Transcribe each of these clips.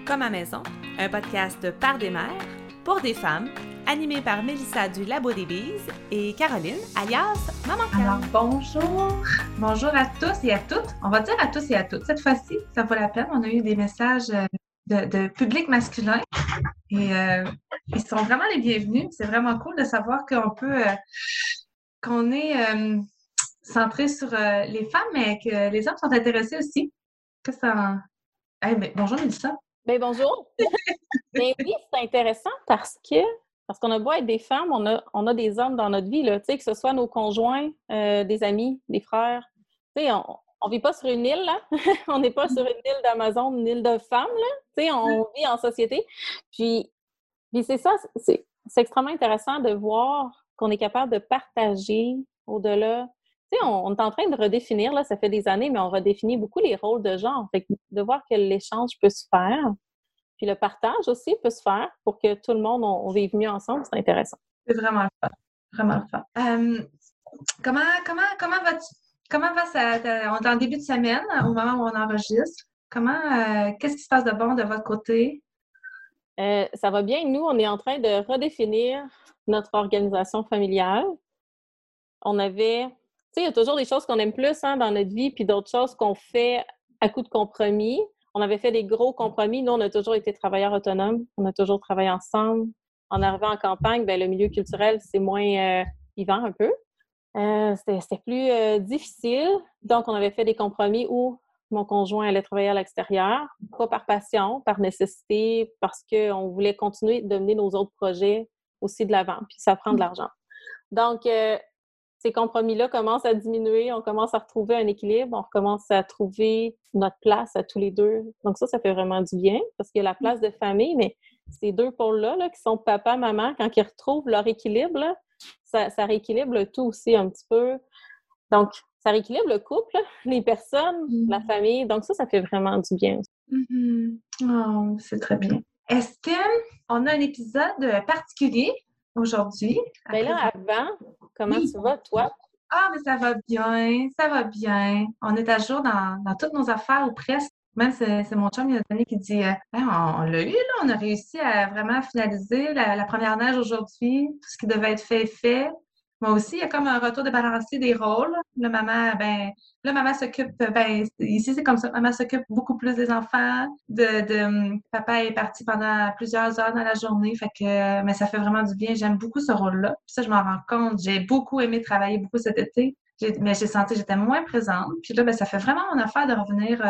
comme à maison, un podcast par des mères, pour des femmes, animé par Mélissa du Labo des Bises et Caroline, alias Maman Cal. Alors, bonjour à tous et à toutes. On va dire à tous et à toutes. Cette fois-ci, ça vaut la peine. On a eu des messages de public masculin et ils sont vraiment les bienvenus. C'est vraiment cool de savoir qu'on est centré sur les femmes, mais que les hommes sont intéressés aussi. Que ça... bonjour Mélissa. Bien, bonjour. Mais oui, c'est intéressant parce qu'on a beau être des femmes, on a des hommes dans notre vie, là, que ce soit nos conjoints, des amis, des frères. On vit pas sur une île, là. On n'est pas sur une île d'Amazon, une île de femmes, là. On vit en société. Puis c'est ça, c'est extrêmement intéressant de voir qu'on est capable de partager au-delà. On est en train de redéfinir, là, ça fait des années, mais on redéfinit beaucoup les rôles de genre. Fait que de voir que l'échange peut se faire, puis le partage aussi peut se faire pour que tout le monde, on vive mieux ensemble, c'est intéressant. C'est vraiment le fun. Vraiment le fun. Comment va ça? On est en début de semaine, au moment où on enregistre. Qu'est-ce qui se passe de bon de votre côté? Ça va bien. Nous, on est en train de redéfinir notre organisation familiale. On avait... il y a toujours des choses qu'on aime plus dans notre vie, puis d'autres choses qu'on fait à coup de compromis. On avait fait des gros compromis. Nous, on a toujours été travailleurs autonomes. On a toujours travaillé ensemble. En arrivant en campagne, le milieu culturel, c'est moins vivant un peu. C'était plus difficile. Donc, on avait fait des compromis où mon conjoint allait travailler à l'extérieur, pas par passion, par nécessité, parce qu'on voulait continuer de mener nos autres projets aussi de l'avant, puis ça prend de l'argent. Donc, ces compromis-là commencent à diminuer, on commence à retrouver un équilibre, on recommence à trouver notre place à tous les deux. Donc ça fait vraiment du bien, parce qu'il y a la place de famille, mais ces deux pôles-là, qui sont papa, maman, quand ils retrouvent leur équilibre, là, ça rééquilibre le tout aussi un petit peu. Donc, ça rééquilibre le couple, les personnes, la famille. Donc ça fait vraiment du bien aussi. Oh, c'est très bien. Est-ce qu'on a un épisode particulier aujourd'hui? Là, avant, comment tu vas, toi? Ah, mais ça va bien, ça va bien. On est à jour dans toutes nos affaires ou presque. Même c'est mon chum, il a donné qui dit on l'a eu, là, on a réussi à vraiment finaliser la première neige aujourd'hui. Tout ce qui devait être fait est fait. Moi aussi, il y a comme un retour de balancier des rôles. Maman s'occupe, ici c'est comme ça, maman s'occupe beaucoup plus des enfants. Papa est parti pendant plusieurs heures dans la journée, mais ça fait vraiment du bien. J'aime beaucoup ce rôle-là. Puis ça, je m'en rends compte. J'ai beaucoup aimé travailler beaucoup cet été, mais j'ai senti que j'étais moins présente. Puis là, ça fait vraiment mon affaire de revenir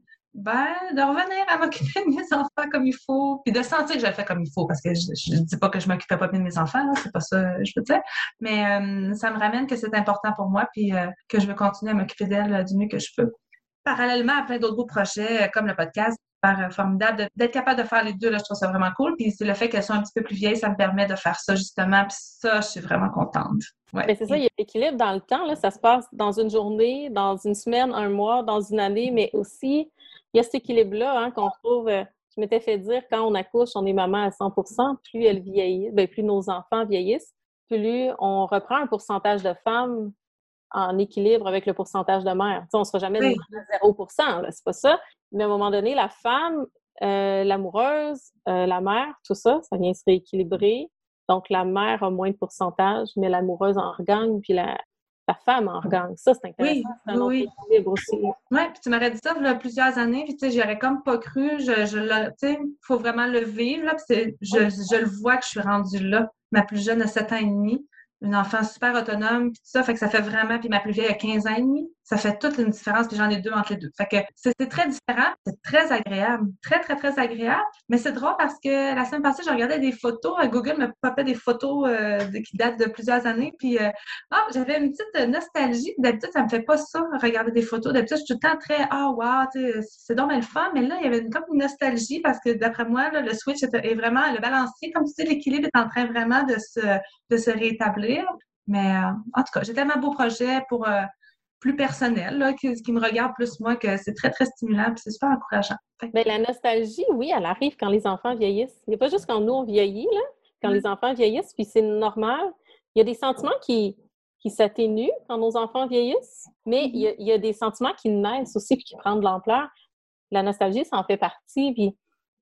à m'occuper de mes enfants comme il faut, puis de sentir que je le fais comme il faut, parce que je dis pas que je m'occupais pas bien de mes enfants, là, c'est pas ça, je veux dire, mais ça me ramène que c'est important pour moi, puis que je veux continuer à m'occuper d'elle du mieux que je peux. Parallèlement à plein d'autres beaux projets, comme le podcast, super formidable, d'être capable de faire les deux, là, je trouve ça vraiment cool, puis c'est le fait qu'elles soient un petit peu plus vieilles, ça me permet de faire ça, justement, puis ça, je suis vraiment contente. Ouais. Mais c'est ça, il y a l'équilibre dans le temps, là, ça se passe dans une journée, dans une semaine, un mois, dans une année, mais aussi, il y a cet équilibre-là qu'on retrouve. Je m'étais fait dire, quand on accouche, on est maman à 100%, plus elle vieillit, plus nos enfants vieillissent, plus on reprend un pourcentage de femmes en équilibre avec le pourcentage de mères. On ne sera jamais à 0%, là, c'est pas ça. Mais à un moment donné, la femme, l'amoureuse, la mère, tout ça, ça vient se rééquilibrer. Donc, la mère a moins de pourcentage, mais l'amoureuse en regagne, puis la femme en regagne. Ça, c'est intéressant. C'est un autre équilibre aussi. Oui, puis tu m'aurais dit ça il y a plusieurs années, puis tu sais, j'aurais comme pas cru. Tu sais, il faut vraiment le vivre, là, puis je le vois que je suis rendue là. Ma plus jeune a 7 ans et demi, une enfant super autonome, puis tout ça, fait que ça fait vraiment, puis ma plus vieille a 15 ans et demi, ça fait toute une différence, puis j'en ai 2 entre les deux. Fait que c'est très différent, c'est très agréable, très, très, très agréable, mais c'est drôle parce que la semaine passée, je regardais des photos, Google me popait des photos qui datent de plusieurs années, puis j'avais une petite nostalgie, d'habitude, ça me fait pas ça, regarder des photos, d'habitude, je suis tout le temps très, wow, tu sais, c'est donc bien le fun, mais là, il y avait comme une nostalgie parce que d'après moi, là, le switch est vraiment, le balancier, comme tu sais, l'équilibre est en train vraiment de se rétablir. Mais en tout cas, j'ai tellement beau projet pour plus personnel, là, ce qui me regarde plus moi, que c'est très, très stimulant et c'est super encourageant. Mais la nostalgie, oui, elle arrive quand les enfants vieillissent. Il n'y a pas juste quand nous, on vieillit, là, quand les enfants vieillissent, puis c'est normal. Il y a des sentiments qui s'atténuent quand nos enfants vieillissent, mais il y a des sentiments qui naissent aussi puis qui prennent de l'ampleur. La nostalgie, ça en fait partie, puis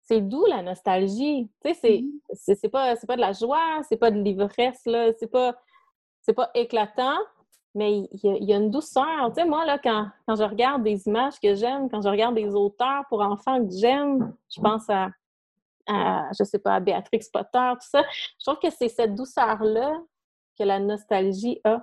c'est doux, la nostalgie. Tu sais, c'est pas de la joie, c'est pas de l'ivresse, là. C'est pas éclatant, mais il y a une douceur. Tu sais, moi, là, quand je regarde des images que j'aime, quand je regarde des auteurs pour enfants que j'aime, je pense je sais pas, à Béatrix Potter, tout ça. Je trouve que c'est cette douceur-là que la nostalgie a.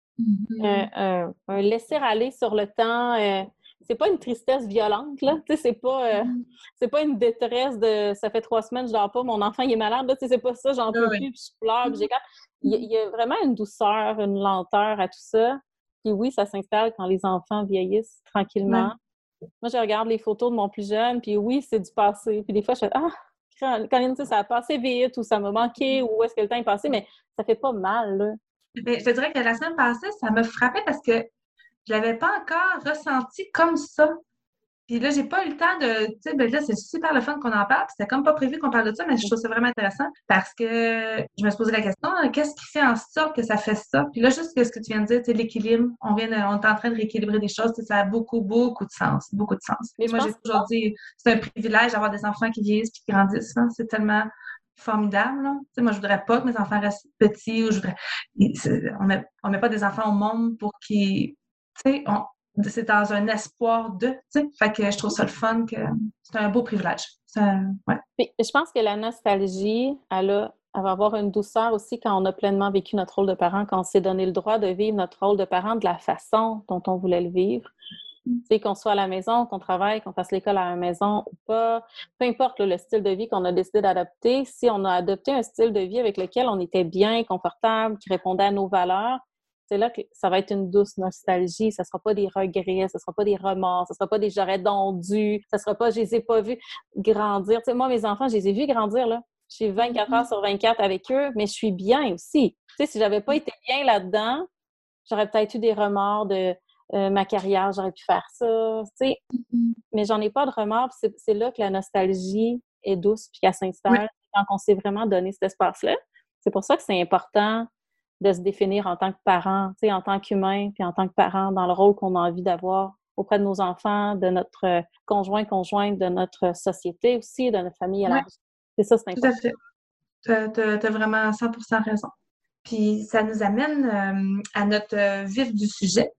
Un laisser-aller sur le temps. C'est pas une tristesse violente, là. Tu sais, c'est pas une détresse de « ça fait 3 semaines, je dors pas, mon enfant, il est malade », là. Tu sais, c'est pas ça, j'en peux plus, puis je pleure, puis j'éclate. Il y a vraiment une douceur, une lenteur à tout ça. Puis oui, ça s'installe quand les enfants vieillissent tranquillement. Moi, je regarde les photos de mon plus jeune, puis oui, c'est du passé. Puis des fois, je fais « Ah, Colline, ça a passé vite » ou « ça m'a manqué » ou « où est-ce que le temps est passé », mais ça fait pas mal, là. Mais je te dirais que la semaine passée, ça me frappait parce que je l'avais pas encore ressenti comme ça. Puis là, j'ai pas eu le temps de. Tu sais, ben là, c'est super le fun qu'on en parle. Puis c'était comme pas prévu qu'on parle de ça, mais je trouve ça vraiment intéressant parce que je me suis posé la question, qu'est-ce qui fait en sorte que ça fait ça? Puis là, juste que ce que tu viens de dire, tu sais, l'équilibre, on est en train de rééquilibrer des choses, tu sais, ça a beaucoup, beaucoup de sens. Beaucoup de sens. Mais moi, j'ai toujours dit, c'est un privilège d'avoir des enfants qui vieillissent puis qui grandissent. Hein. C'est tellement formidable. Là. Tu sais, moi, je voudrais pas que mes enfants restent petits ou je voudrais. On met pas des enfants au monde pour qu'ils. Tu sais, c'est dans un espoir de, tu sais. Fait que je trouve ça le fun, que c'est un beau privilège. Ouais. Puis, je pense que la nostalgie, elle va avoir une douceur aussi quand on a pleinement vécu notre rôle de parent, quand on s'est donné le droit de vivre notre rôle de parent de la façon dont on voulait le vivre. Tu sais, qu'on soit à la maison, qu'on travaille, qu'on fasse l'école à la maison ou pas, peu importe le style de vie qu'on a décidé d'adopter, si on a adopté un style de vie avec lequel on était bien, confortable, qui répondait à nos valeurs, c'est là que ça va être une douce nostalgie. Ça ne sera pas des regrets, ça ne sera pas des remords, ça ne sera pas des j'aurais donc dû, ça ne sera pas je les ai pas vus grandir. Tu sais, moi, mes enfants, je les ai vus grandir, là. Je suis 24 heures sur 24 avec eux, mais je suis bien aussi. Tu sais, si je n'avais pas été bien là-dedans, j'aurais peut-être eu des remords de ma carrière, j'aurais pu faire ça, tu sais. Mais j'en ai pas de remords. C'est là que la nostalgie est douce puis qu'elle s'installe quand on s'est vraiment donné cet espace-là. C'est pour ça que c'est important de se définir en tant que parent, tu sais, en tant qu'humain, puis en tant que parent, dans le rôle qu'on a envie d'avoir auprès de nos enfants, de notre conjointe, de notre société aussi, de notre famille à la C'est ça, c'est important. Tout à fait. Tu as vraiment 100% raison. Puis ça nous amène à notre vif du sujet.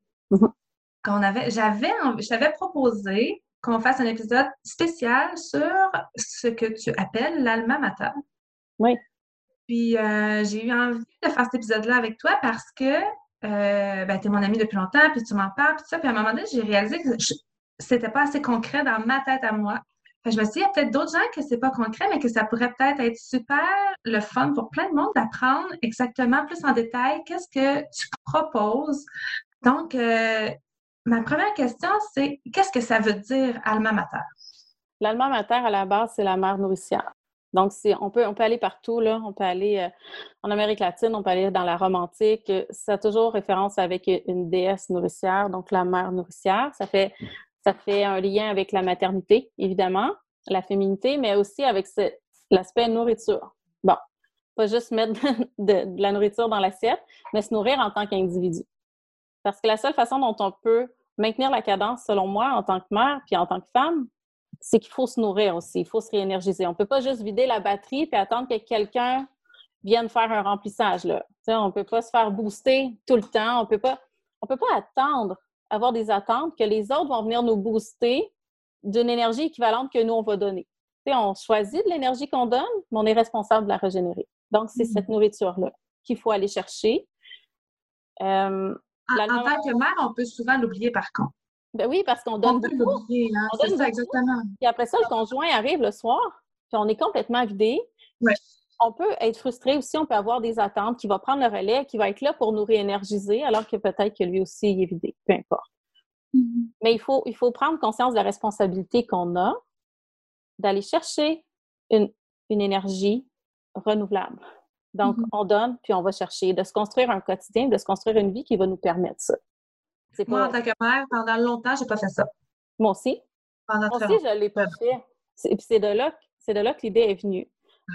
Je t'avais proposé qu'on fasse un épisode spécial sur ce que tu appelles l'alma mater. Oui. Puis j'ai eu envie de faire cet épisode-là avec toi parce que tu es mon amie depuis longtemps, puis tu m'en parles, puis tout ça. Puis à un moment donné, j'ai réalisé que c'était pas assez concret dans ma tête à moi. Fait que je me suis dit, il y a peut-être d'autres gens que c'est pas concret, mais que ça pourrait peut-être être super le fun pour plein de monde d'apprendre exactement plus en détail qu'est-ce que tu proposes. Donc, ma première question, c'est qu'est-ce que ça veut dire alma mater? L'alma mater, à la base, c'est la mère nourricière. Donc, on peut aller partout, là. On peut aller en Amérique latine, on peut aller dans la Rome antique. Ça a toujours référence avec une déesse nourricière, donc la mère nourricière. Ça fait un lien avec la maternité, évidemment, la féminité, mais aussi avec l'aspect nourriture. Bon, pas juste mettre de la nourriture dans l'assiette, mais se nourrir en tant qu'individu. Parce que la seule façon dont on peut maintenir la cadence, selon moi, en tant que mère puis en tant que femme, c'est qu'il faut se nourrir aussi, il faut se réénergiser. On ne peut pas juste vider la batterie puis attendre que quelqu'un vienne faire un remplissage, là. T'sais, on ne peut pas se faire booster tout le temps. On peut pas attendre, avoir des attentes que les autres vont venir nous booster d'une énergie équivalente que nous, on va donner. T'sais, on choisit de l'énergie qu'on donne, mais on est responsable de la régénérer. Donc, c'est cette nourriture-là qu'il faut aller chercher. En tant que mère, on peut souvent l'oublier, par contre. Ben oui, parce qu'on donne beaucoup. L'oublier, hein? C'est ça, exactement. Puis après ça, le conjoint arrive le soir, puis on est complètement vidé. Ouais. On peut être frustré aussi, on peut avoir des attentes, qui va prendre le relais, qui va être là pour nous réénergiser, alors que peut-être que lui aussi il est vidé, peu importe. Mais il faut prendre conscience de la responsabilité qu'on a d'aller chercher une énergie renouvelable. Donc, on donne, puis on va chercher de se construire un quotidien, de se construire une vie qui va nous permettre ça. Moi, en tant que mère, pendant longtemps, j'ai pas fait ça. Moi aussi. Moi aussi, je ne l'ai pas fait. C'est de là que l'idée est venue.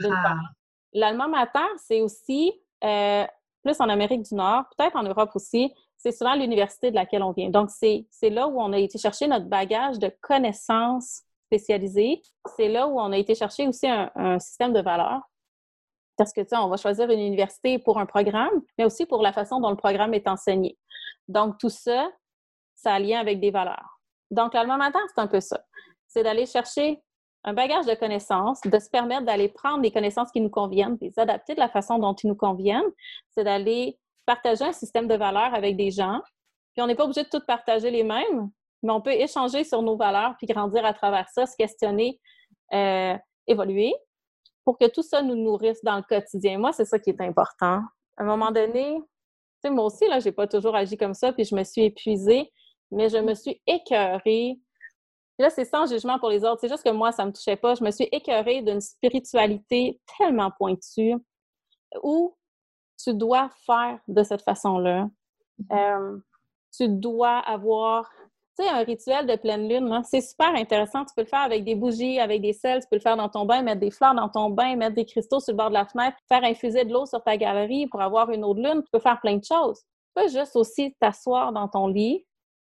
L'alma mater, c'est aussi, plus en Amérique du Nord, peut-être en Europe aussi, c'est souvent l'université de laquelle on vient. Donc, c'est là où on a été chercher notre bagage de connaissances spécialisés. C'est là où on a été chercher aussi un système de valeurs. Parce que, tu sais, on va choisir une université pour un programme, mais aussi pour la façon dont le programme est enseigné. Donc, tout ça, ça a lien avec des valeurs. Donc, l'alma mater, c'est un peu ça. C'est d'aller chercher un bagage de connaissances, de se permettre d'aller prendre les connaissances qui nous conviennent, de les adapter de la façon dont ils nous conviennent. C'est d'aller partager un système de valeurs avec des gens. Puis, on n'est pas obligé de tout partager les mêmes, mais on peut échanger sur nos valeurs puis grandir à travers ça, se questionner, évoluer, pour que tout ça nous nourrisse dans le quotidien. Moi, c'est ça qui est important. À un moment donné, tu sais, moi aussi, là, j'ai pas toujours agi comme ça, puis je me suis épuisée, mais je me suis écœurée. Puis là, c'est sans jugement pour les autres. C'est juste que moi, ça me touchait pas. Je me suis écœurée d'une spiritualité tellement pointue où tu dois faire de cette façon-là. Tu dois avoir... Tu sais, un rituel de pleine lune, là, c'est super intéressant. Tu peux le faire avec des bougies, avec des sels, tu peux le faire dans ton bain, mettre des fleurs dans ton bain, mettre des cristaux sur le bord de la fenêtre, faire infuser de l'eau sur ta galerie pour avoir une eau de lune. Tu peux faire plein de choses. Tu peux juste aussi t'asseoir dans ton lit,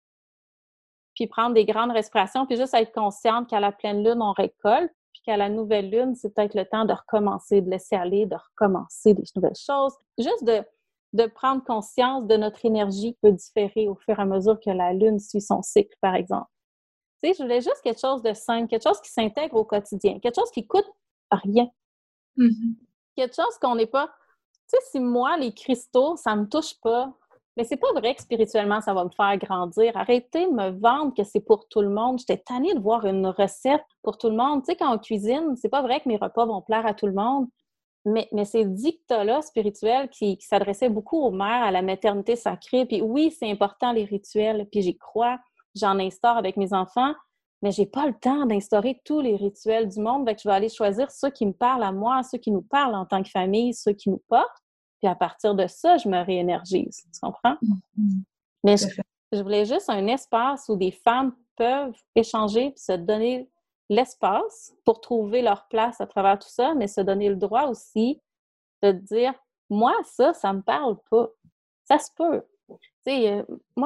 puis prendre des grandes respirations, puis juste être consciente qu'à la pleine lune, on récolte, puis qu'à la nouvelle lune, c'est peut-être le temps de recommencer, de laisser aller, de recommencer des nouvelles choses. Juste de prendre conscience de notre énergie qui peut différer au fur et à mesure que la lune suit son cycle, par exemple. Tu sais, je voulais juste quelque chose de simple, quelque chose qui s'intègre au quotidien, quelque chose qui coûte rien. Mm-hmm. Quelque chose qu'on n'est pas... Tu sais, si moi, les cristaux, ça me touche pas, mais c'est pas vrai que spirituellement, ça va me faire grandir. Arrêtez de me vendre que c'est pour tout le monde. J'étais tannée de voir une recette pour tout le monde. Tu sais, quand on cuisine, c'est pas vrai que mes repas vont plaire à tout le monde. Mais ces dictats-là spirituels qui s'adressaient beaucoup aux mères, à la maternité sacrée, puis oui, c'est important les rituels, puis j'y crois, j'en instaure avec mes enfants, mais j'ai pas le temps d'instaurer tous les rituels du monde, donc je vais aller choisir ceux qui me parlent à moi, ceux qui nous parlent en tant que famille, ceux qui nous portent, puis à partir de ça, je me réénergise, tu comprends? Mm-hmm. Mais je voulais juste un espace où des femmes peuvent échanger puis se donner l'espace pour trouver leur place à travers tout ça, mais se donner le droit aussi de dire « Moi, ça me parle pas. » Ça se peut. Tu sais, moi,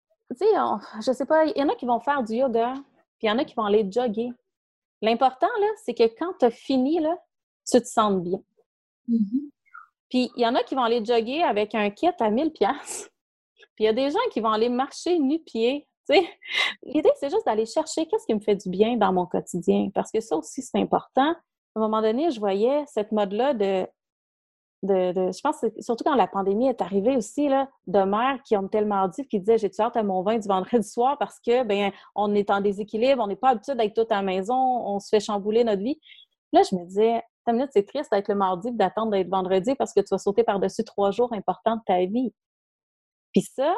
je sais pas, il y en a qui vont faire du yoga, puis il y en a qui vont aller jogger. L'important, là, c'est que quand tu as fini, là, tu te sentes bien. Mm-hmm. Puis il y en a qui vont aller jogger avec un kit à 1000$. Puis il y a des gens qui vont aller marcher nu-pieds. Tu sais, l'idée, c'est juste d'aller chercher qu'est-ce qui me fait du bien dans mon quotidien. Parce que ça aussi, c'est important. À un moment donné, je voyais cette mode-là je pense que surtout quand la pandémie est arrivée aussi, là, de mères qui ont tellement dit, qui disaient « J'ai-tu hâte à mon vin du vendredi soir parce que, ben on est en déséquilibre, on n'est pas habitué d'être tout à la maison, on se fait chambouler notre vie. » Là, je me disais « Ta minute, c'est triste d'être le mardi et d'attendre d'être vendredi parce que tu vas sauter par-dessus 3 jours importants de ta vie. » Puis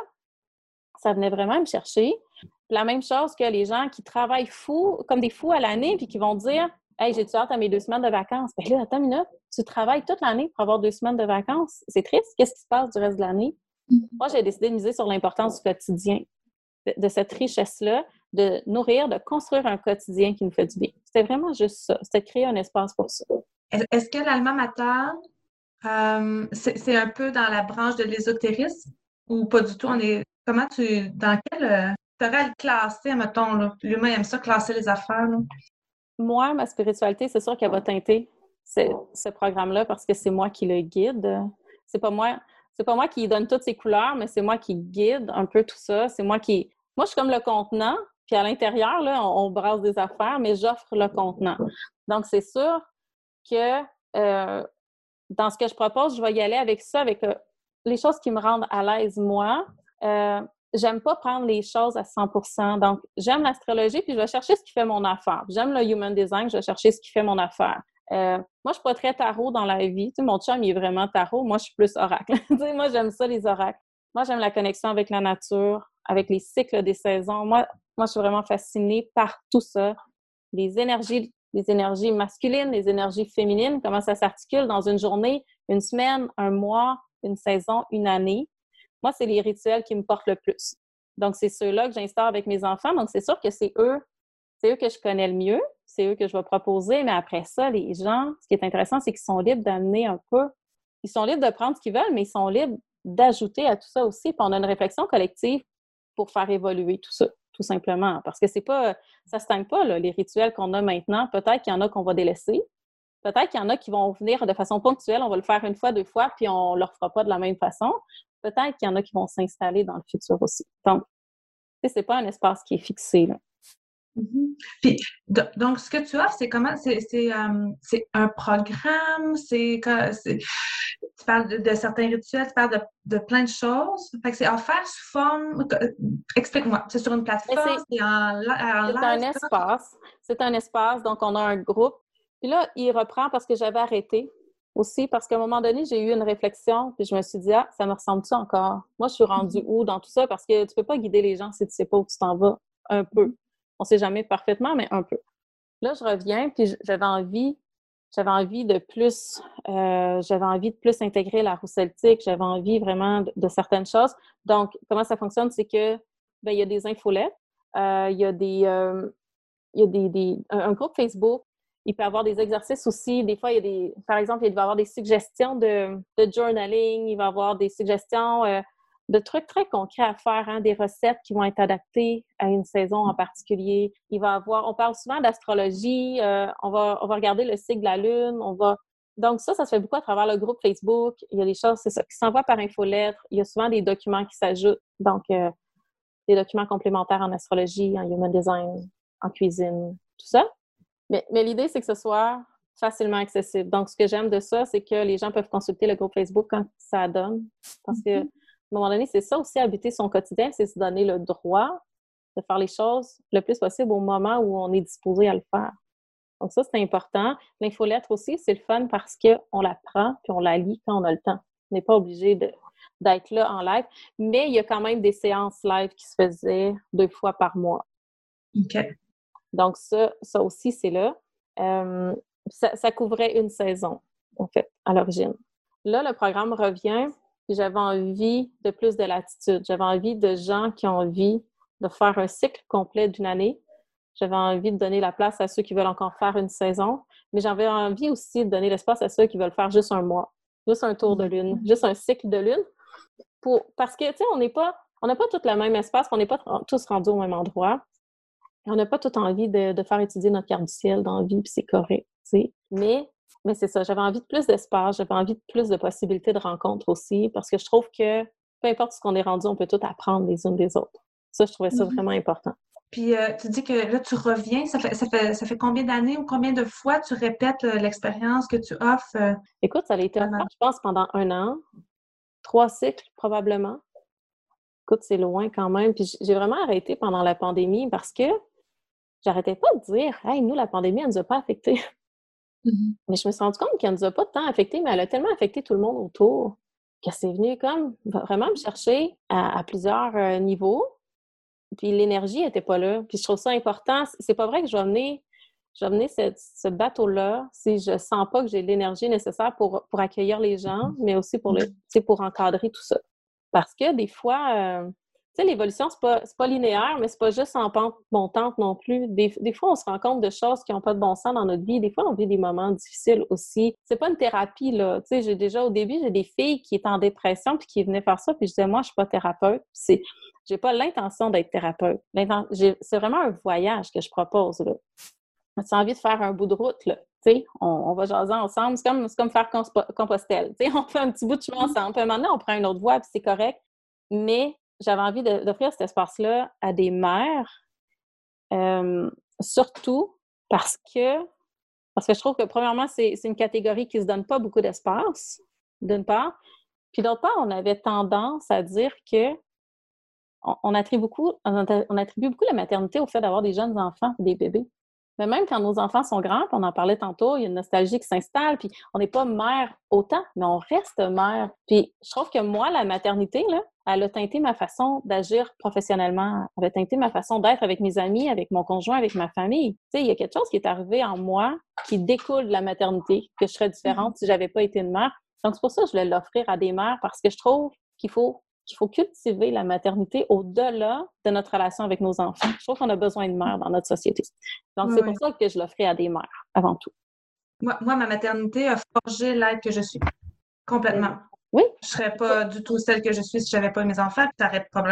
ça venait vraiment me chercher. La même chose que les gens qui travaillent comme des fous à l'année puis qui vont dire « Hey, j'ai-tu hâte à mes 2 semaines de vacances? » Bien là, attends une minute, tu travailles toute l'année pour avoir 2 semaines de vacances. C'est triste. Qu'est-ce qui se passe du reste de l'année? Moi, j'ai décidé de miser sur l'importance du quotidien, de cette richesse-là, de nourrir, de construire un quotidien qui nous fait du bien. C'était vraiment juste ça. C'était de créer un espace pour ça. Est-ce que l'alma mater, c'est un peu dans la branche de l'ésotérisme ou pas du tout? Dans quel, t'aurais à le classer, mettons, là? L'humain aime ça, classer les affaires, là. Moi, ma spiritualité, c'est sûr qu'elle va teinter ce programme-là parce que c'est moi qui le guide. C'est pas moi qui donne toutes ces couleurs, mais c'est moi qui guide un peu tout ça. Moi, je suis comme le contenant, puis à l'intérieur, là, on brasse des affaires, mais j'offre le contenant. Donc, c'est sûr que dans ce que je propose, je vais y aller avec ça, avec les choses qui me rendent à l'aise, moi. J'aime pas prendre les choses à 100%. Donc, j'aime l'astrologie, puis je vais chercher ce qui fait mon affaire. J'aime le human design, je vais chercher ce qui fait mon affaire. Moi, je suis pas très tarot dans la vie. Tu sais, mon chum, il est vraiment tarot. Moi, je suis plus oracle. Tu sais, moi, j'aime ça, les oracles. Moi, j'aime la connexion avec la nature, avec les cycles des saisons. Moi, je suis vraiment fascinée par tout ça. Les énergies masculines, les énergies féminines, comment ça s'articule dans une journée, une semaine, un mois, une saison, une année. Moi, c'est les rituels qui me portent le plus. Donc, c'est ceux-là que j'instaure avec mes enfants. Donc, c'est sûr que c'est eux que je connais le mieux, c'est eux que je vais proposer. Mais après ça, les gens, ce qui est intéressant, c'est qu'ils sont libres d'amener un peu. Ils sont libres de prendre ce qu'ils veulent, mais ils sont libres d'ajouter à tout ça aussi. Puis on a une réflexion collective pour faire évoluer tout ça. tout simplement. Parce que ça se teigne pas, là, les rituels qu'on a maintenant. Peut-être qu'il y en a qu'on va délaisser. Peut-être qu'il y en a qui vont venir de façon ponctuelle. On va le faire une fois, 2 fois, puis on ne le refera pas de la même façon. Peut-être qu'il y en a qui vont s'installer dans le futur aussi. Donc, c'est pas un espace qui est fixé, là. Puis, donc, ce que tu offres, c'est comment? C'est un programme? Tu parles de certains rituels, tu parles de plein de choses. Fait que c'est offert sous forme. Explique-moi. C'est sur une plateforme? C'est en live? C'est un espace. Donc, on a un groupe. Puis là, il reprend parce que j'avais arrêté aussi. Parce qu'à un moment donné, j'ai eu une réflexion. Puis je me suis dit, ça me ressemble-tu encore? Moi, je suis rendue où dans tout ça? Parce que tu peux pas guider les gens si tu sais pas où tu t'en vas. Un peu. On ne sait jamais parfaitement, mais un peu. Là, je reviens, puis j'avais envie de plus, intégrer la roue celtique. J'avais envie vraiment de certaines choses. Donc, comment ça fonctionne, c'est que, il y a des infolettes, il y a un groupe Facebook. Il peut y avoir des exercices aussi. Des fois, par exemple, il va y avoir des suggestions de journaling. Il va y avoir des suggestions de trucs très concrets à faire, des recettes qui vont être adaptées à une saison en particulier. On parle souvent d'astrologie, on va regarder le cycle de la Lune, donc ça se fait beaucoup à travers le groupe Facebook. Il y a des choses, c'est ça, qui s'envoient par infolettre. Il y a souvent des documents qui s'ajoutent, donc des documents complémentaires en astrologie, en human design, en cuisine, tout ça. Mais l'idée, c'est que ce soit facilement accessible. Donc, ce que j'aime de ça, c'est que les gens peuvent consulter le groupe Facebook quand ça donne, parce que à un moment donné, c'est ça aussi, habiter son quotidien, c'est se donner le droit de faire les choses le plus possible au moment où on est disposé à le faire. Donc ça, c'est important. L'infolettre aussi, c'est le fun parce qu'on la prend puis on la lit quand on a le temps. On n'est pas obligé d'être là en live, mais il y a quand même des séances live qui se faisaient 2 fois par mois. OK. Donc ça aussi, c'est là. Ça couvrait une saison, en fait, à l'origine. Là, le programme revient. Puis j'avais envie de plus de latitude. J'avais envie de gens qui ont envie de faire un cycle complet d'une année. J'avais envie de donner la place à ceux qui veulent encore faire une saison. Mais j'avais envie aussi de donner l'espace à ceux qui veulent faire juste un mois, juste un tour de lune, juste un cycle de lune. Parce que, tu sais, on n'a pas tous le même espace, on n'est pas tous rendus au même endroit. On n'a pas tout envie de faire étudier notre carte du ciel dans la vie, puis c'est correct, tu sais. Mais c'est ça, j'avais envie de plus d'espace, j'avais envie de plus de possibilités de rencontres aussi, parce que je trouve que peu importe ce qu'on est rendu, on peut tout apprendre les unes des autres. Ça, je trouvais ça vraiment important. Puis tu dis que là, tu reviens, ça fait combien d'années ou combien de fois tu répètes l'expérience que tu offres? Écoute, ça a été offert, je pense, pendant 1 an, 3 cycles probablement. Écoute, c'est loin quand même. Puis j'ai vraiment arrêté pendant la pandémie parce que j'arrêtais pas de dire « Hey, nous, la pandémie, elle nous a pas affectés. » Mais je me suis rendu compte qu'elle nous a pas tant affectés, mais elle a tellement affecté tout le monde autour que c'est venu comme vraiment me chercher à plusieurs niveaux. Puis l'énergie n'était pas là. Puis je trouve ça important. C'est pas vrai que je vais mener ce bateau-là si je sens pas que j'ai l'énergie nécessaire pour accueillir les gens, mais aussi pour encadrer tout ça. Parce que des fois, tu sais, l'évolution, c'est pas linéaire, mais c'est pas juste en pente montante non plus. Des fois, on se rend compte de choses qui n'ont pas de bon sens dans notre vie. Des fois, on vit des moments difficiles aussi. C'est pas une thérapie, là. Tu sais, au début, j'ai des filles qui étaient en dépression puis qui venaient faire ça, puis je disais, moi, je suis pas thérapeute. J'ai pas l'intention d'être thérapeute. C'est vraiment un voyage que je propose, là. Tu as envie de faire un bout de route, là. Tu sais, on va jaser ensemble. C'est comme faire Compostelle. Tu sais, on fait un petit bout de chemin ensemble. Puis à un moment donné, on prend une autre voie, puis c'est correct. Mais j'avais envie d'offrir cet espace-là à des mères, surtout parce que je trouve que, premièrement, c'est une catégorie qui ne se donne pas beaucoup d'espace, d'une part. Puis d'autre part, on avait tendance à dire que on attribue beaucoup la maternité au fait d'avoir des jeunes enfants, des bébés. Mais même quand nos enfants sont grands, puis on en parlait tantôt, il y a une nostalgie qui s'installe, puis on n'est pas mère autant, mais on reste mère. Puis je trouve que moi, la maternité, là, elle a teinté ma façon d'agir professionnellement, elle a teinté ma façon d'être avec mes amis, avec mon conjoint, avec ma famille. Tu sais, il y a quelque chose qui est arrivé en moi qui découle de la maternité, que je serais différente si j'avais pas été une mère. Donc c'est pour ça que je voulais l'offrir à des mères, parce que je trouve qu'il faut cultiver la maternité au-delà de notre relation avec nos enfants. Je trouve qu'on a besoin de mères dans notre société. Donc, c'est pour ça que je l'offrais à des mères, avant tout. Moi, ma maternité a forgé l'être que je suis. Complètement. Oui. Je ne serais pas du tout celle que je suis si je n'avais pas mes enfants. Ça aurait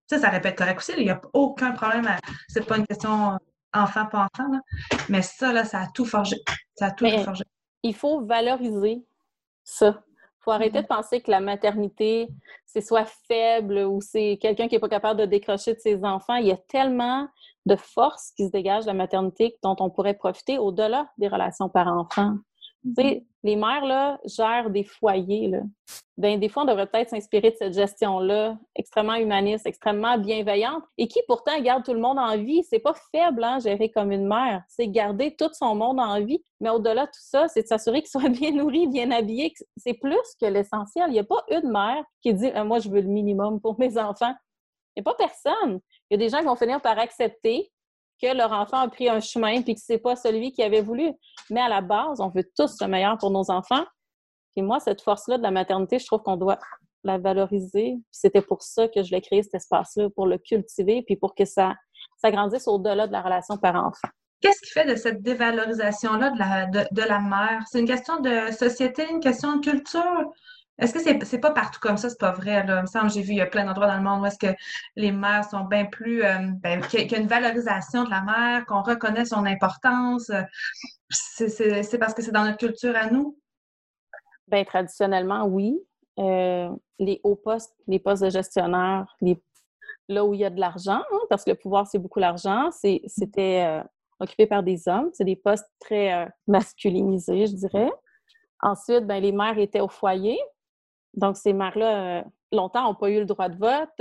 Ça aurait pu être correct aussi. Il n'y a aucun problème. C'est pas une question enfant, pas enfant, là. Mais ça, là, ça a tout forgé. Ça a tout Mais forgé. il faut valoriser ça. Il faut arrêter de penser que la maternité, c'est soit faible ou c'est quelqu'un qui n'est pas capable de décrocher de ses enfants. Il y a tellement de force qui se dégage de la maternité dont on pourrait profiter au-delà des relations parents-enfants. Tu sais, les mères, là, gèrent des foyers, là. Ben, des fois, on devrait peut-être s'inspirer de cette gestion-là, extrêmement humaniste, extrêmement bienveillante, et qui pourtant garde tout le monde en vie. C'est pas faible, hein, gérer comme une mère. C'est garder tout son monde en vie. Mais au-delà de tout ça, c'est de s'assurer qu'ils soient bien nourris, bien habillés. C'est plus que l'essentiel. Il n'y a pas une mère qui dit moi, je veux le minimum pour mes enfants. Il n'y a pas personne. Il y a des gens qui vont finir par accepter que leur enfant a pris un chemin puis que c'est pas celui qu'ils avaient voulu. Mais à la base, on veut tous le meilleur pour nos enfants. Puis moi, cette force-là de la maternité, je trouve qu'on doit la valoriser. Puis c'était pour ça que je l'ai créé, cet espace-là, pour le cultiver puis pour que ça grandisse au-delà de la relation parent-enfant. Qu'est-ce qui fait de cette dévalorisation-là de la mère? C'est une question de société, une question de culture? Est-ce que c'est pas partout comme ça? C'est pas vrai, là. Il me semble, j'ai vu, il y a plein d'endroits dans le monde où est-ce que les mères sont bien plus... qu'il y a une valorisation de la mère, qu'on reconnaît son importance. C'est parce que c'est dans notre culture à nous? Bien, traditionnellement, oui. Les hauts postes, les postes de gestionnaire, là où il y a de l'argent, hein, parce que le pouvoir, c'est beaucoup l'argent, c'était occupé par des hommes. C'est des postes très masculinisés, je dirais. Ensuite, ben, les mères étaient au foyer. Donc, ces mères-là, longtemps, n'ont pas eu le droit de vote.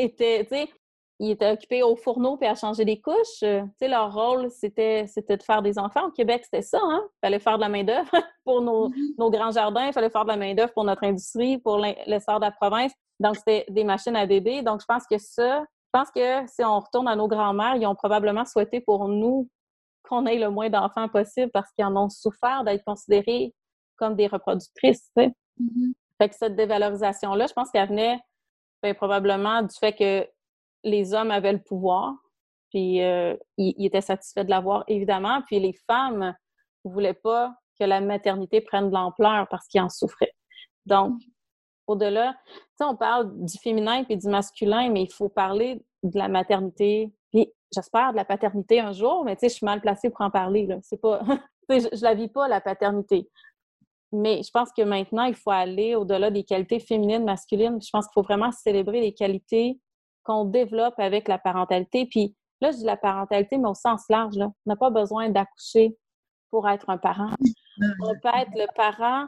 Ils étaient occupés au fourneau puis à changer des couches. Leur rôle, c'était de faire des enfants. Au Québec, c'était ça. Hein? Il fallait faire de la main-d'œuvre pour nos grands jardins. Il fallait faire de la main-d'œuvre pour notre industrie, pour l'essor de la province. Donc, c'était des machines à bébés. Donc, je pense que si on retourne à nos grands-mères, ils ont probablement souhaité pour nous qu'on ait le moins d'enfants possible parce qu'ils en ont souffert d'être considérés comme des reproductrices. Tu sais. Fait que cette dévalorisation-là, je pense qu'elle venait probablement du fait que les hommes avaient le pouvoir, puis ils étaient satisfaits de l'avoir, évidemment, puis les femmes ne voulaient pas que la maternité prenne de l'ampleur parce qu'ils en souffraient. Donc, au-delà, tu sais, on parle du féminin puis du masculin, mais il faut parler de la maternité, puis j'espère de la paternité un jour, mais tu sais, je suis mal placée pour en parler, là. C'est pas... je la vis pas, la paternité. Mais je pense que maintenant, il faut aller au-delà des qualités féminines, masculines. Je pense qu'il faut vraiment célébrer les qualités qu'on développe avec la parentalité. Puis là, je dis la parentalité, mais au sens large. Là. On n'a pas besoin d'accoucher pour être un parent. On peut être le parent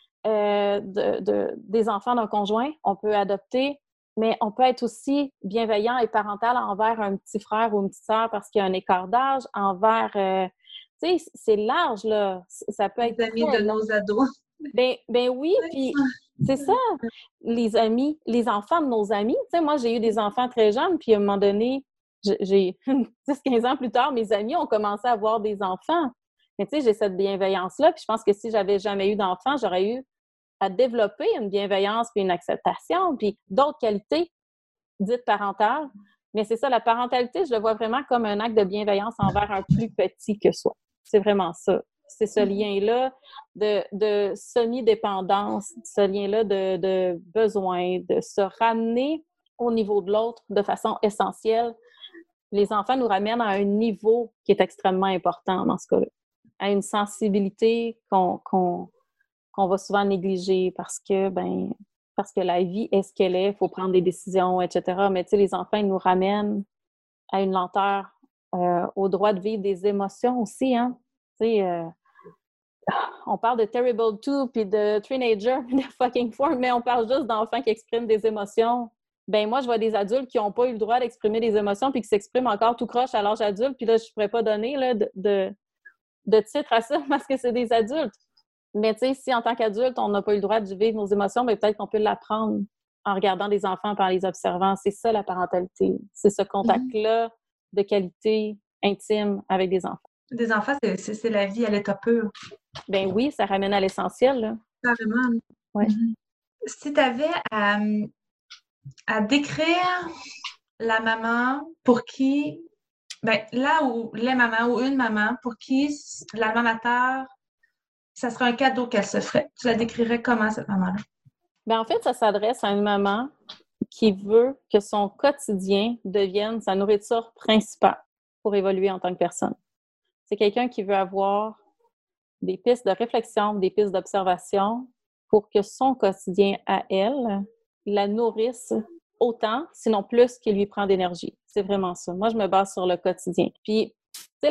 des enfants d'un conjoint. On peut adopter, mais on peut être aussi bienveillant et parental envers un petit frère ou une petite sœur parce qu'il y a un écart d'âge, envers... tu sais, c'est large, là. Ça peut être... Les amis de nos ados. Ben oui, puis c'est ça. Les amis, les enfants de nos amis. Tu sais, moi, j'ai eu des enfants très jeunes, puis à un moment donné, j'ai 10-15 ans plus tard, mes amis ont commencé à avoir des enfants. Mais tu sais, j'ai cette bienveillance-là, puis je pense que si j'avais jamais eu d'enfants, j'aurais eu à développer une bienveillance puis une acceptation, puis d'autres qualités dites parentales. Mais c'est ça, la parentalité, je le vois vraiment comme un acte de bienveillance envers un plus petit que soi. C'est vraiment ça. C'est ce lien-là de semi-dépendance, ce lien-là de besoin, de se ramener au niveau de l'autre de façon essentielle. Les enfants nous ramènent à un niveau qui est extrêmement important dans ce cas-là, à une sensibilité qu'on va souvent négliger parce que la vie est ce qu'elle est, il faut prendre des décisions, etc. Mais tu sais, les enfants, ils nous ramènent à une lenteur, au droit de vivre des émotions aussi, hein. Tu sais, on parle de Terrible 2 puis de Teenager, de Fucking 4, mais on parle juste d'enfants qui expriment des émotions. Ben moi, je vois des adultes qui n'ont pas eu le droit d'exprimer des émotions puis qui s'expriment encore tout croche à l'âge adulte, puis là, je ne pourrais pas donner là, de titre à ça parce que c'est des adultes. Mais tu sais, si en tant qu'adulte, on n'a pas eu le droit de vivre nos émotions, bien peut-être qu'on peut l'apprendre en regardant des enfants, en les observant. C'est ça, la parentalité. C'est ce contact-là de qualité intime avec des enfants. Des enfants, c'est la vie à l'état pur. Ben oui, ça ramène à l'essentiel, là. Carrément. Ouais. Si tu avais à décrire la maman pour qui, ben là où les mamans ou une maman pour qui l'alma mater, ça serait un cadeau qu'elle se ferait. Tu la décrirais comment, cette maman-là? Ben en fait, ça s'adresse à une maman qui veut que son quotidien devienne sa nourriture principale pour évoluer en tant que personne. C'est quelqu'un qui veut avoir des pistes de réflexion, des pistes d'observation pour que son quotidien à elle la nourrisse autant, sinon plus, qu'il lui prend d'énergie. C'est vraiment ça. Moi, je me base sur le quotidien. Puis, tu sais,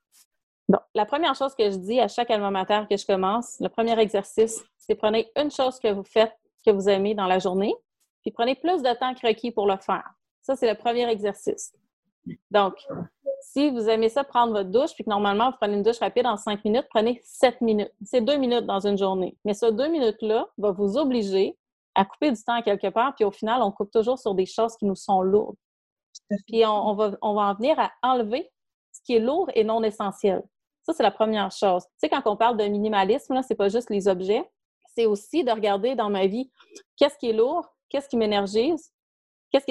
la première chose que je dis à chaque alma mater que je commence, le premier exercice, c'est prenez une chose que vous faites, que vous aimez dans la journée, puis prenez plus de temps que requis pour le faire. Ça, c'est le premier exercice. Donc, si vous aimez ça, prendre votre douche, puis que normalement, vous prenez une douche rapide en 5 minutes, prenez 7 minutes. C'est 2 minutes dans une journée. Mais ces 2 minutes-là va vous obliger à couper du temps à quelque part, puis au final, on coupe toujours sur des choses qui nous sont lourdes. Puis on va en venir à enlever ce qui est lourd et non essentiel. Ça, c'est la première chose. Tu sais, quand on parle de minimalisme, là, c'est pas juste les objets, c'est aussi de regarder dans ma vie qu'est-ce qui est lourd, qu'est-ce qui m'énergise, qu'est-ce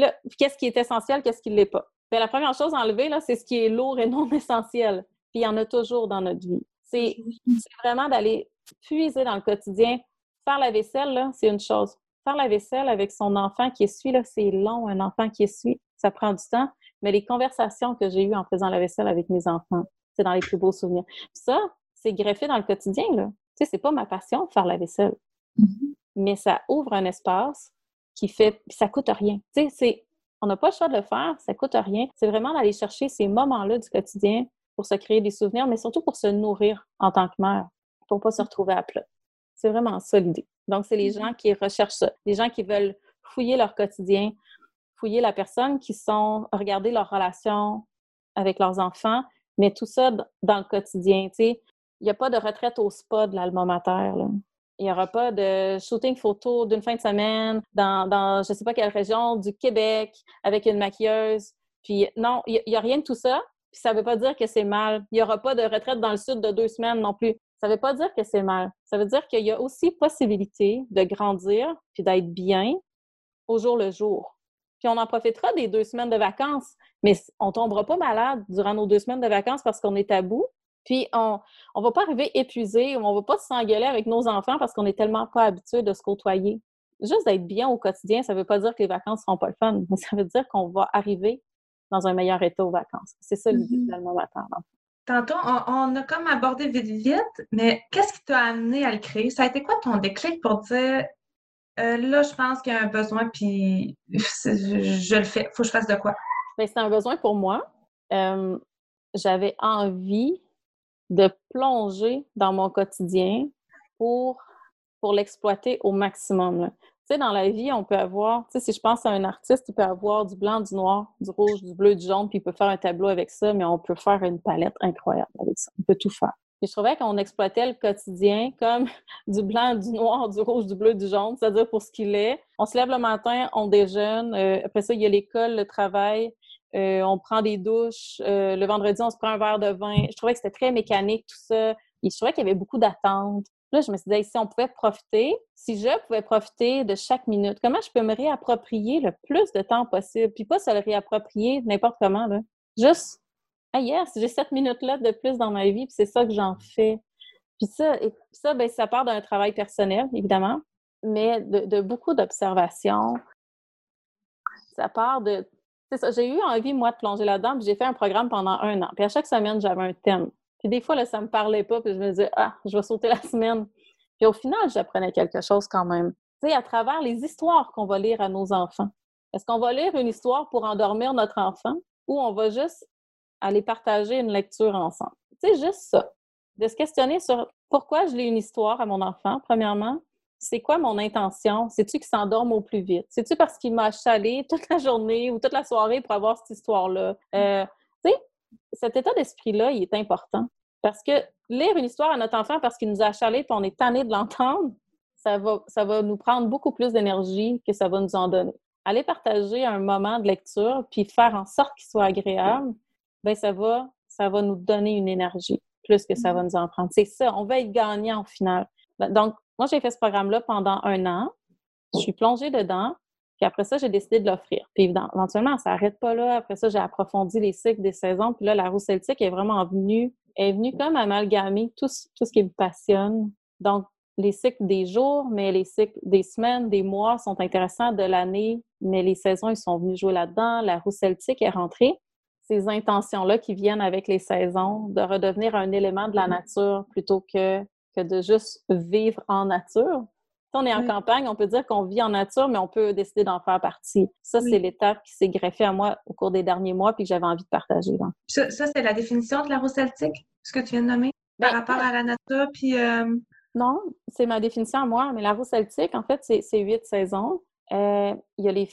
qui est essentiel, qu'est-ce qui ne l'est pas. Bien, la première chose à enlever, là, c'est ce qui est lourd et non essentiel. Puis il y en a toujours dans notre vie. C'est vraiment d'aller puiser dans le quotidien. Faire la vaisselle, là, c'est une chose. Faire la vaisselle avec son enfant qui essuie, là, c'est long, un enfant qui essuie. Ça prend du temps. Mais les conversations que j'ai eues en faisant la vaisselle avec mes enfants, c'est dans les plus beaux souvenirs. Puis ça, c'est greffé dans le quotidien, là. Tu sais, c'est pas ma passion, faire la vaisselle. Mm-hmm. Mais ça ouvre un espace qui fait... Puis ça coûte rien. Tu sais, on n'a pas le choix de le faire, ça coûte rien. C'est vraiment d'aller chercher ces moments-là du quotidien pour se créer des souvenirs, mais surtout pour se nourrir en tant que mère, pour pas se retrouver à plat. C'est vraiment ça l'idée. Donc, c'est les gens qui recherchent ça, les gens qui veulent fouiller leur quotidien, fouiller la personne, qui sont regarder leurs relations avec leurs enfants, mais tout ça dans le quotidien. Tu sais, il n'y a pas de retraite au spa de l'alma mater, là. Il n'y aura pas de shooting photo d'une fin de semaine dans je ne sais pas quelle région du Québec avec une maquilleuse. Puis non, il n'y a rien de tout ça. Puis ça ne veut pas dire que c'est mal. Il n'y aura pas de retraite dans le sud de 2 semaines non plus. Ça ne veut pas dire que c'est mal. Ça veut dire qu'il y a aussi possibilité de grandir puis d'être bien au jour le jour. Puis on en profitera des 2 semaines de vacances, mais on ne tombera pas malade durant nos 2 semaines de vacances parce qu'on est à bout. Puis, on ne va pas arriver épuisé ou on ne va pas s'engueuler avec nos enfants parce qu'on n'est tellement pas habitué de se côtoyer. Juste d'être bien au quotidien, ça ne veut pas dire que les vacances ne seront pas le fun, mais ça veut dire qu'on va arriver dans un meilleur état aux vacances. C'est ça l'idée de l'alma mater. Tantôt, on a comme abordé vite, mais qu'est-ce qui t'a amené à le créer? Ça a été quoi ton déclic pour dire là, je pense qu'il y a un besoin, puis je le fais, il faut que je fasse de quoi? Bien, c'est un besoin pour moi. J'avais envie de plonger dans mon quotidien pour l'exploiter au maximum. Là. Tu sais, dans la vie, on peut avoir, tu sais, si je pense à un artiste, il peut avoir du blanc, du noir, du rouge, du bleu, du jaune, puis il peut faire un tableau avec ça, mais on peut faire une palette incroyable avec ça. On peut tout faire. Et je trouvais qu'on exploitait le quotidien comme du blanc, du noir, du rouge, du bleu, du jaune, c'est-à-dire pour ce qu'il est. On se lève le matin, on déjeune, après ça, il y a l'école, le travail, on prend des douches, le vendredi, on se prend un verre de vin. Je trouvais que c'était très mécanique, tout ça. Et je trouvais qu'il y avait beaucoup d'attentes. Là, je me suis dit, si on pouvait profiter, si je pouvais profiter de chaque minute, comment je peux me réapproprier le plus de temps possible? Puis pas se le réapproprier n'importe comment, là. Juste, ah yes, j'ai 7 minutes-là de plus dans ma vie, puis c'est ça que j'en fais. Puis ça, ben, ça part d'un travail personnel, évidemment, mais de beaucoup d'observations. Ça part de... C'est ça, j'ai eu envie, moi, de plonger là-dedans, puis j'ai fait un programme pendant 1 an. Puis à chaque semaine, j'avais un thème. Puis des fois, là, ça me parlait pas, puis je me disais, je vais sauter la semaine. Puis au final, j'apprenais quelque chose quand même. Tu sais, à travers les histoires qu'on va lire à nos enfants. Est-ce qu'on va lire une histoire pour endormir notre enfant ou on va juste aller partager une lecture ensemble? Tu sais, juste ça. De se questionner sur pourquoi je lis une histoire à mon enfant, premièrement. C'est quoi mon intention? C'est-tu qu'il s'endorme au plus vite? C'est-tu parce qu'il m'a achalé toute la journée ou toute la soirée pour avoir cette histoire-là? Tu sais, cet état d'esprit-là, il est important. Parce que lire une histoire à notre enfant parce qu'il nous a achalé et on est tanné de l'entendre, ça va nous prendre beaucoup plus d'énergie que ça va nous en donner. Aller partager un moment de lecture puis faire en sorte qu'il soit agréable, bien, ça va nous donner une énergie plus que ça va nous en prendre. C'est ça, on va être gagnant au final. Donc, moi, j'ai fait ce programme-là pendant 1 an. Je suis plongée dedans. Puis après ça, j'ai décidé de l'offrir. Puis éventuellement, ça n'arrête pas là. Après ça, j'ai approfondi les cycles des saisons. Puis là, la roue celtique est venue comme amalgamer tout ce qui me passionne. Donc, les cycles des jours, mais les cycles des semaines, des mois sont intéressants de l'année, mais les saisons, ils sont venus jouer là-dedans. La roue celtique est rentrée. Ces intentions-là qui viennent avec les saisons, de redevenir un élément de la nature plutôt que de juste vivre en nature. Si on est en campagne, on peut dire qu'on vit en nature, mais on peut décider d'en faire partie. Ça, c'est l'étape qui s'est greffée à moi au cours des derniers mois puis que j'avais envie de partager. Donc. Ça, c'est la définition de la roue celtique, ce que tu viens de nommer, par rapport à la nature, puis... Non, c'est ma définition à moi, mais la roue celtique, en fait, c'est 8 saisons. Il y a les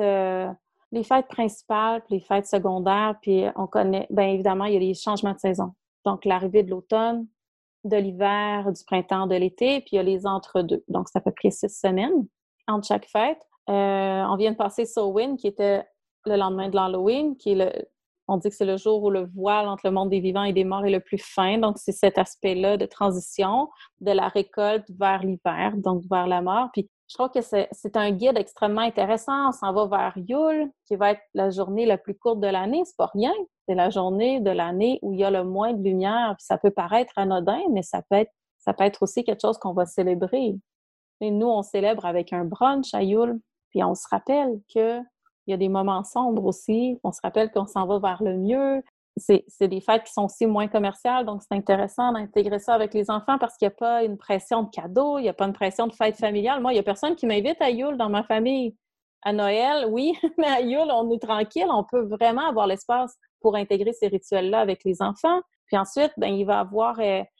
fêtes principales, puis les fêtes secondaires, puis on connaît, bien évidemment, il y a les changements de saison. Donc, l'arrivée de l'automne, de l'hiver, du printemps, de l'été, puis il y a les entre-deux. Donc, c'est à peu près 6 semaines entre chaque fête. On vient de passer Samhain, qui était le lendemain de l'Halloween, qui est on dit que c'est le jour où le voile entre le monde des vivants et des morts est le plus fin. Donc, c'est cet aspect-là de transition de la récolte vers l'hiver, donc vers la mort. Puis, je trouve que c'est un guide extrêmement intéressant. On s'en va vers Yule, qui va être la journée la plus courte de l'année. C'est pas rien. C'est la journée de l'année où il y a le moins de lumière. Puis ça peut paraître anodin, mais ça peut être aussi quelque chose qu'on va célébrer. Et nous, on célèbre avec un brunch à Yule. Puis on se rappelle que il y a des moments sombres aussi. On se rappelle qu'on s'en va vers le mieux. C'est des fêtes qui sont aussi moins commerciales, donc c'est intéressant d'intégrer ça avec les enfants parce qu'il n'y a pas une pression de cadeaux, il n'y a pas une pression de fête familiale. Moi, il n'y a personne qui m'invite à Yule dans ma famille. À Noël, oui, mais à Yule, on est tranquille. On peut vraiment avoir l'espace pour intégrer ces rituels-là avec les enfants. Puis ensuite, ben, il va avoir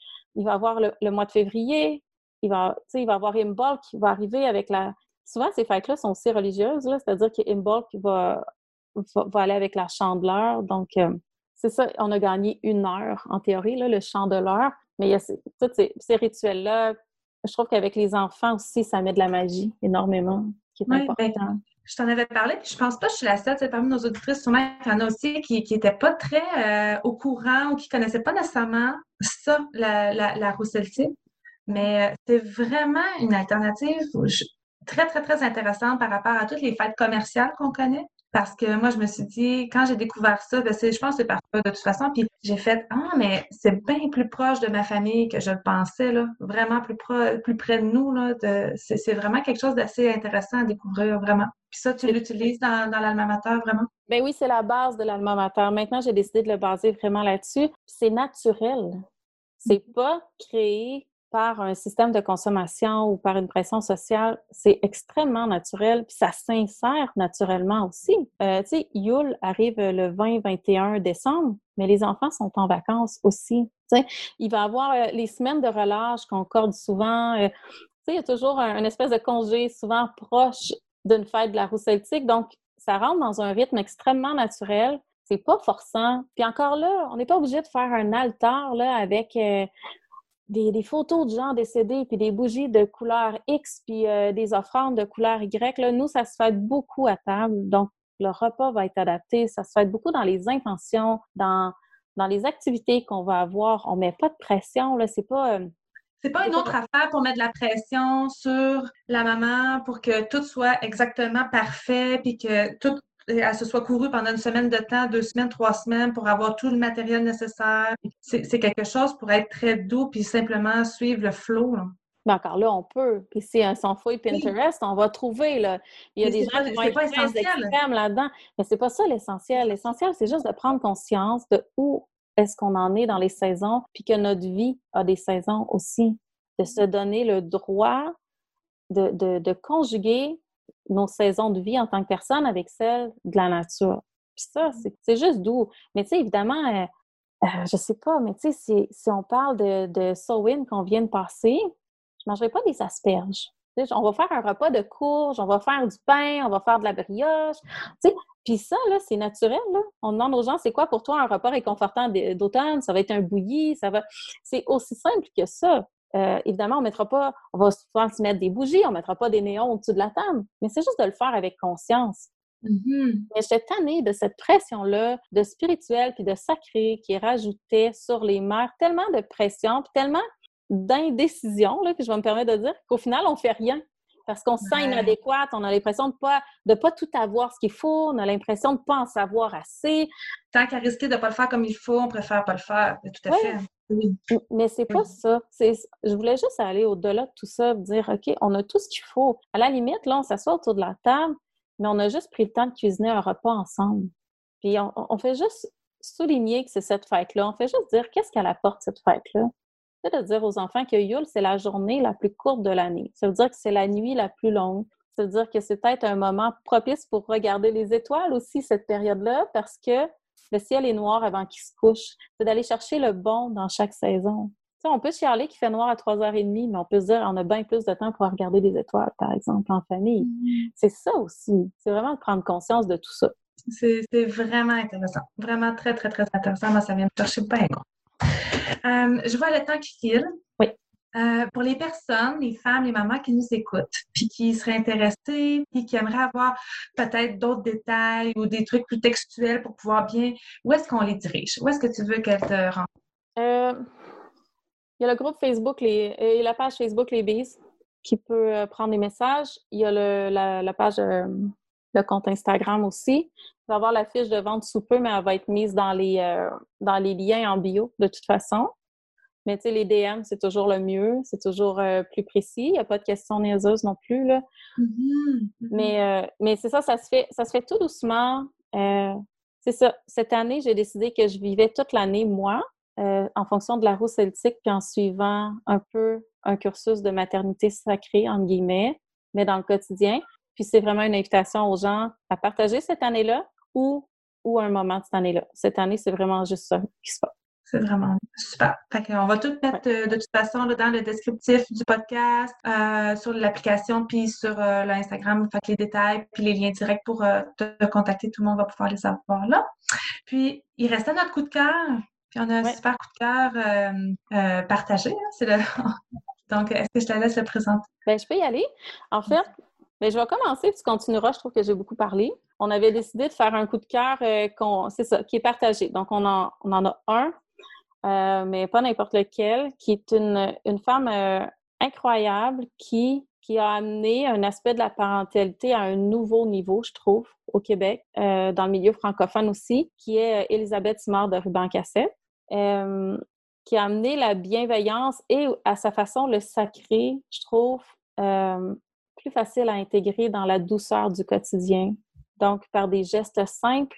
le mois de février. Il va avoir Imbolc qui va arriver avec Souvent, ces fêtes-là sont aussi religieuses, là, c'est-à-dire que Imbolc va aller avec la chandeleur. Donc, c'est ça, on a gagné 1 heure, en théorie, là, le chandeleur. Mais il y a tous ces rituels-là. Je trouve qu'avec les enfants aussi, ça met de la magie énormément, qui est important. Ben, je t'en avais parlé, puis je pense pas que je suis la seule, parmi nos auditrices, sûrement il y en a aussi qui n'étaient pas très au courant ou qui connaissaient pas nécessairement ça, la roue celtique. Mais c'est vraiment une alternative très, très, très intéressante par rapport à toutes les fêtes commerciales qu'on connaît. Parce que moi, je me suis dit, quand j'ai découvert ça, ben je pense que c'est parfait de toute façon. Puis j'ai fait, mais c'est bien plus proche de ma famille que je le pensais, là. Vraiment plus près de nous, là. C'est vraiment quelque chose d'assez intéressant à découvrir, vraiment. Puis ça, tu l'utilises dans l'Alma Mater, vraiment? Ben oui, c'est la base de l'Alma Mater. Maintenant, j'ai décidé de le baser vraiment là-dessus. C'est naturel. C'est pas créé par un système de consommation ou par une pression sociale, c'est extrêmement naturel, puis ça s'insère naturellement aussi. Tu sais, Yule arrive le 20-21 décembre, mais les enfants sont en vacances aussi. Tu sais, il va y avoir les semaines de relâche qu'on accorde souvent. Tu sais, il y a toujours un espèce de congé souvent proche d'une fête de la roue celtique, donc ça rentre dans un rythme extrêmement naturel. C'est pas forçant. Puis encore là, on n'est pas obligé de faire un altar là, avec des photos de gens décédés, puis des bougies de couleur X, puis des offrandes de couleur Y. Là, nous, ça se fait beaucoup à table. Donc, le repas va être adapté. Ça se fait beaucoup dans les intentions, dans les activités qu'on va avoir. On met pas de pression. Là, c'est pas... C'est pas une autre affaire pour mettre de la pression sur la maman pour que tout soit exactement parfait, puis que tout elle se soit courue pendant 1 semaine de temps, 2 semaines, 3 semaines pour avoir tout le matériel nécessaire. C'est quelque chose pour être très doux puis simplement suivre le flow, là. Mais encore là, on peut. Puis si on fouille Pinterest, on va trouver, là. Il y a des gens qui vont être très extrêmes là-dedans. Mais c'est pas ça l'essentiel. L'essentiel, c'est juste de prendre conscience de où est-ce qu'on en est dans les saisons, puis que notre vie a des saisons aussi. De se donner le droit de conjuguer nos saisons de vie en tant que personne avec celles de la nature. Puis ça, c'est juste doux. Mais tu sais, évidemment, je sais pas, mais tu sais, si on parle de Samhain qu'on vient de passer, je mangerai pas des asperges. Tu sais, on va faire un repas de courge, on va faire du pain, on va faire de la brioche. Tu sais, puis ça, là, c'est naturel, là. On demande aux gens, c'est quoi pour toi un repas réconfortant d'automne? Ça va être un bouilli, c'est aussi simple que ça. Évidemment, on va souvent se mettre des bougies, on ne mettra pas des néons au-dessus de la table, mais c'est juste de le faire avec conscience. Mm-hmm. Mais j'étais tannée de cette pression-là, de spirituel puis de sacré qui rajoutait sur les mères tellement de pression puis tellement d'indécision, là, que je vais me permettre de dire, qu'au final, on ne fait rien. Parce qu'on se sent inadéquate, on a l'impression de pas tout avoir ce qu'il faut, on a l'impression de ne pas en savoir assez. Tant qu'à risquer de ne pas le faire comme il faut, on préfère pas le faire, tout à fait. Oui. Mais c'est pas ça. Je voulais juste aller au-delà de tout ça, dire, OK, on a tout ce qu'il faut. À la limite, là, on s'assoit autour de la table, mais on a juste pris le temps de cuisiner un repas ensemble. Puis on fait juste souligner que c'est cette fête-là. On fait juste dire qu'est-ce qu'elle apporte, cette fête-là. C'est de dire aux enfants que Yule, c'est la journée la plus courte de l'année. Ça veut dire que c'est la nuit la plus longue. Ça veut dire que c'est peut-être un moment propice pour regarder les étoiles aussi, cette période-là, parce que le ciel est noir avant qu'il se couche. C'est d'aller chercher le bon dans chaque saison. Tu sais, on peut chialer qu'il fait noir à 3h30, mais on peut se dire qu'on a bien plus de temps pour regarder des étoiles, par exemple, en famille. C'est ça aussi. C'est vraiment de prendre conscience de tout ça. C'est vraiment intéressant. Vraiment très, très, très intéressant. Moi, ça vient me chercher bien gros. Je vois le temps qui file. Oui. Pour les personnes, les femmes, les mamans qui nous écoutent, puis qui seraient intéressées, puis qui aimeraient avoir peut-être d'autres détails ou des trucs plus textuels pour pouvoir bien... Où est-ce qu'on les dirige? Où est-ce que tu veux qu'elles te rencontrent? Il y a le groupe Facebook, la page Facebook Les Bees qui peut prendre des messages. Il y a la page, le compte Instagram aussi. Il va y avoir la fiche de vente sous peu, mais elle va être mise dans les liens en bio de toute façon. Mais tu sais, les DM, c'est toujours le mieux. C'est toujours plus précis. Il n'y a pas de questions niaiseuses non plus, là. Mais c'est ça, ça se fait tout doucement. C'est ça. Cette année, j'ai décidé que je vivais toute l'année, moi, en fonction de la roue celtique, puis en suivant un peu un cursus de maternité sacrée, entre guillemets, mais dans le quotidien. Puis c'est vraiment une invitation aux gens à partager cette année-là ou un moment de cette année-là. Cette année, c'est vraiment juste ça qui se passe. C'est vraiment super. Fait qu'on va tout mettre de toute façon là, dans le descriptif du podcast, sur l'application, puis sur l'Instagram, fait que les détails, puis les liens directs pour te contacter. Tout le monde va pouvoir les avoir là. Puis, il restait notre coup de cœur. Puis, on a un super coup de cœur partagé. Hein, c'est le... Donc, est-ce que je te laisse le présenter? Bien, je peux y aller. En fait, je vais commencer, tu continueras. Je trouve que j'ai beaucoup parlé. On avait décidé de faire un coup de cœur c'est ça, qui est partagé. Donc, on en a un. Mais pas n'importe lequel, qui est une femme incroyable qui a amené un aspect de la parentalité à un nouveau niveau, je trouve, au Québec, dans le milieu francophone aussi, qui est Élisabeth Simard de Ruban-Cassette, qui a amené la bienveillance et, à sa façon, le sacré, je trouve, plus facile à intégrer dans la douceur du quotidien. Donc, par des gestes simples,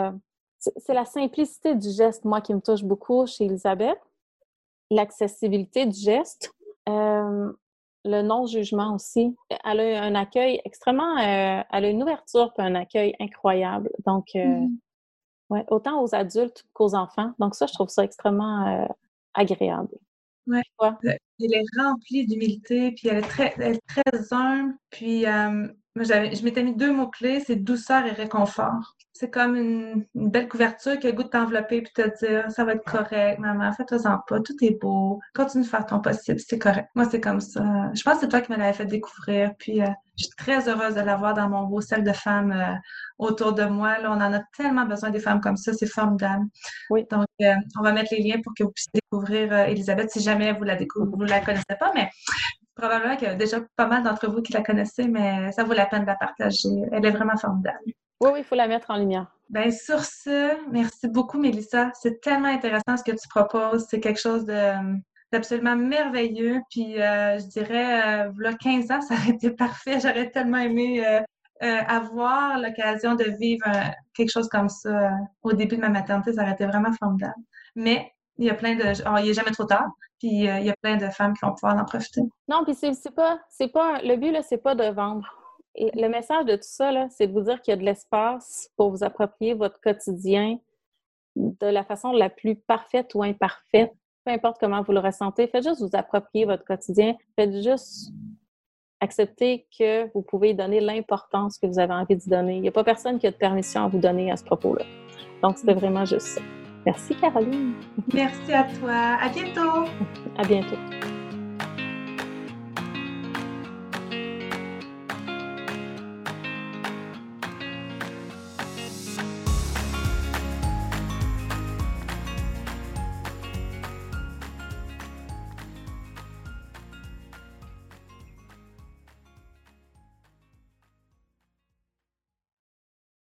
c'est la simplicité du geste, moi, qui me touche beaucoup chez Élisabeth. L'accessibilité du geste. Le non-jugement aussi. Elle a un accueil extrêmement... elle a une ouverture puis un accueil incroyable. Donc, ouais, autant aux adultes qu'aux enfants. Donc ça, je trouve ça extrêmement agréable. Ouais. Elle est remplie d'humilité, puis elle est très humble. Puis moi, je m'étais mis 2 mots-clés, c'est douceur et réconfort. C'est comme une belle couverture qui a le goût de t'envelopper puis te dire ça va être correct, maman, fais-toi-en pas, tout est beau, continue de faire ton possible, c'est correct. Moi, c'est comme ça. Je pense que c'est toi qui me l'avais fait découvrir, puis je suis très heureuse de l'avoir dans mon beau cercle de femmes autour de moi. Là, on en a tellement besoin des femmes comme ça, c'est formidable. Oui. Donc, on va mettre les liens pour que vous puissiez découvrir Élisabeth si jamais vous la connaissez pas, mais probablement qu'il y a déjà pas mal d'entre vous qui la connaissez, mais ça vaut la peine de la partager. Elle est vraiment formidable. Oui, il faut la mettre en lumière. Bien, sur ce, merci beaucoup, Mélissa. C'est tellement intéressant ce que tu proposes. C'est quelque chose d'absolument merveilleux. Puis, je dirais, voilà 15 ans, ça aurait été parfait. J'aurais tellement aimé avoir l'occasion de vivre quelque chose comme ça au début de ma maternité. Ça aurait été vraiment formidable. Mais il y a plein de... il n'est jamais trop tard. Puis, il y a plein de femmes qui vont pouvoir en profiter. Non, puis c'est pas... Le but, là, c'est pas de vendre. Et le message de tout ça, là, c'est de vous dire qu'il y a de l'espace pour vous approprier votre quotidien de la façon la plus parfaite ou imparfaite, peu importe comment vous le ressentez. Faites juste vous approprier votre quotidien. Faites juste accepter que vous pouvez donner l'importance que vous avez envie d'y donner. Il n'y a pas personne qui a de permission à vous donner à ce propos-là. Donc, c'était vraiment juste ça. Merci, Caroline. Merci à toi. À bientôt. À bientôt.